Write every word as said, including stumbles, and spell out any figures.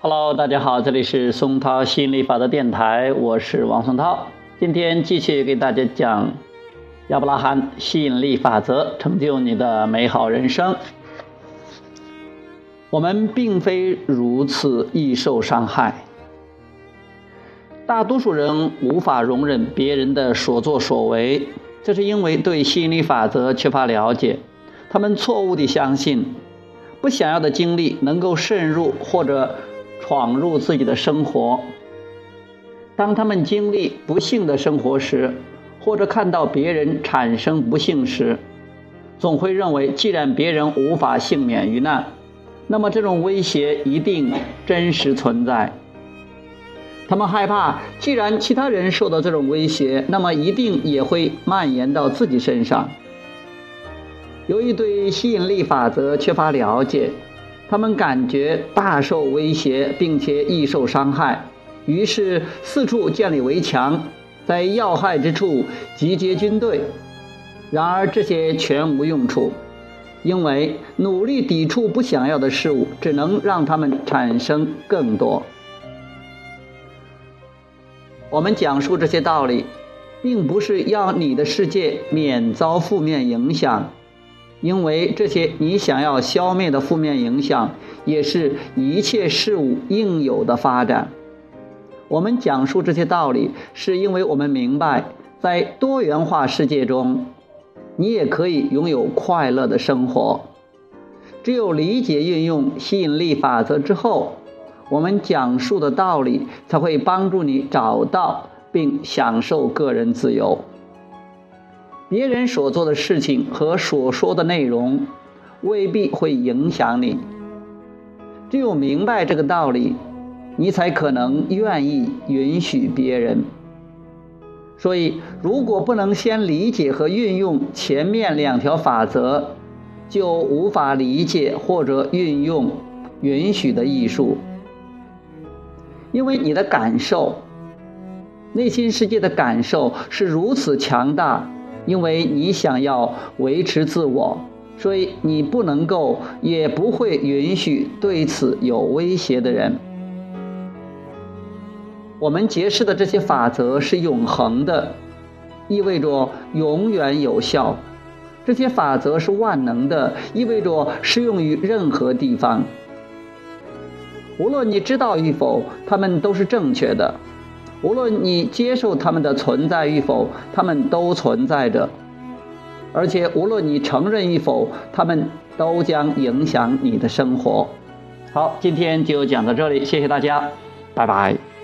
Hello， 大家好，这里是松涛吸引力法则电台，我是王松涛。今天继续给大家讲亚伯拉罕吸引力法则，成就你的美好人生。我们并非如此易受伤害。大多数人无法容忍别人的所作所为，这是因为对吸引力法则缺乏了解。他们错误地相信不想要的经历能够渗入或者闯入自己的生活。当他们经历不幸的生活时，或者看到别人产生不幸时，总会认为既然别人无法幸免于难，那么这种威胁一定真实存在。他们害怕，既然其他人受到这种威胁，那么一定也会蔓延到自己身上。由于对吸引力法则缺乏了解，他们感觉大受威胁，并且易受伤害，于是四处建立围墙，在要害之处集结军队。然而这些全无用处，因为努力抵触不想要的事物，只能让他们产生更多。我们讲述这些道理，并不是要你的世界免遭负面影响，因为这些你想要消灭的负面影响，也是一切事物应有的发展。我们讲述这些道理，是因为我们明白，在多元化世界中，你也可以拥有快乐的生活。只有理解运用吸引力法则之后，我们讲述的道理才会帮助你找到并享受个人自由。别人所做的事情和所说的内容未必会影响你。只有明白这个道理，你才可能愿意允许别人。所以，如果不能先理解和运用前面两条法则，就无法理解或者运用允许的艺术。因为你的感受，内心世界的感受是如此强大，因为你想要维持自我，所以你不能够也不会允许对此有威胁的人。我们揭示的这些法则是永恒的，意味着永远有效。这些法则是万能的，意味着适用于任何地方。无论你知道与否，它们都是正确的。无论你接受它们的存在与否，它们都存在着。而且无论你承认与否，它们都将影响你的生活。好，今天就讲到这里，谢谢大家，拜拜。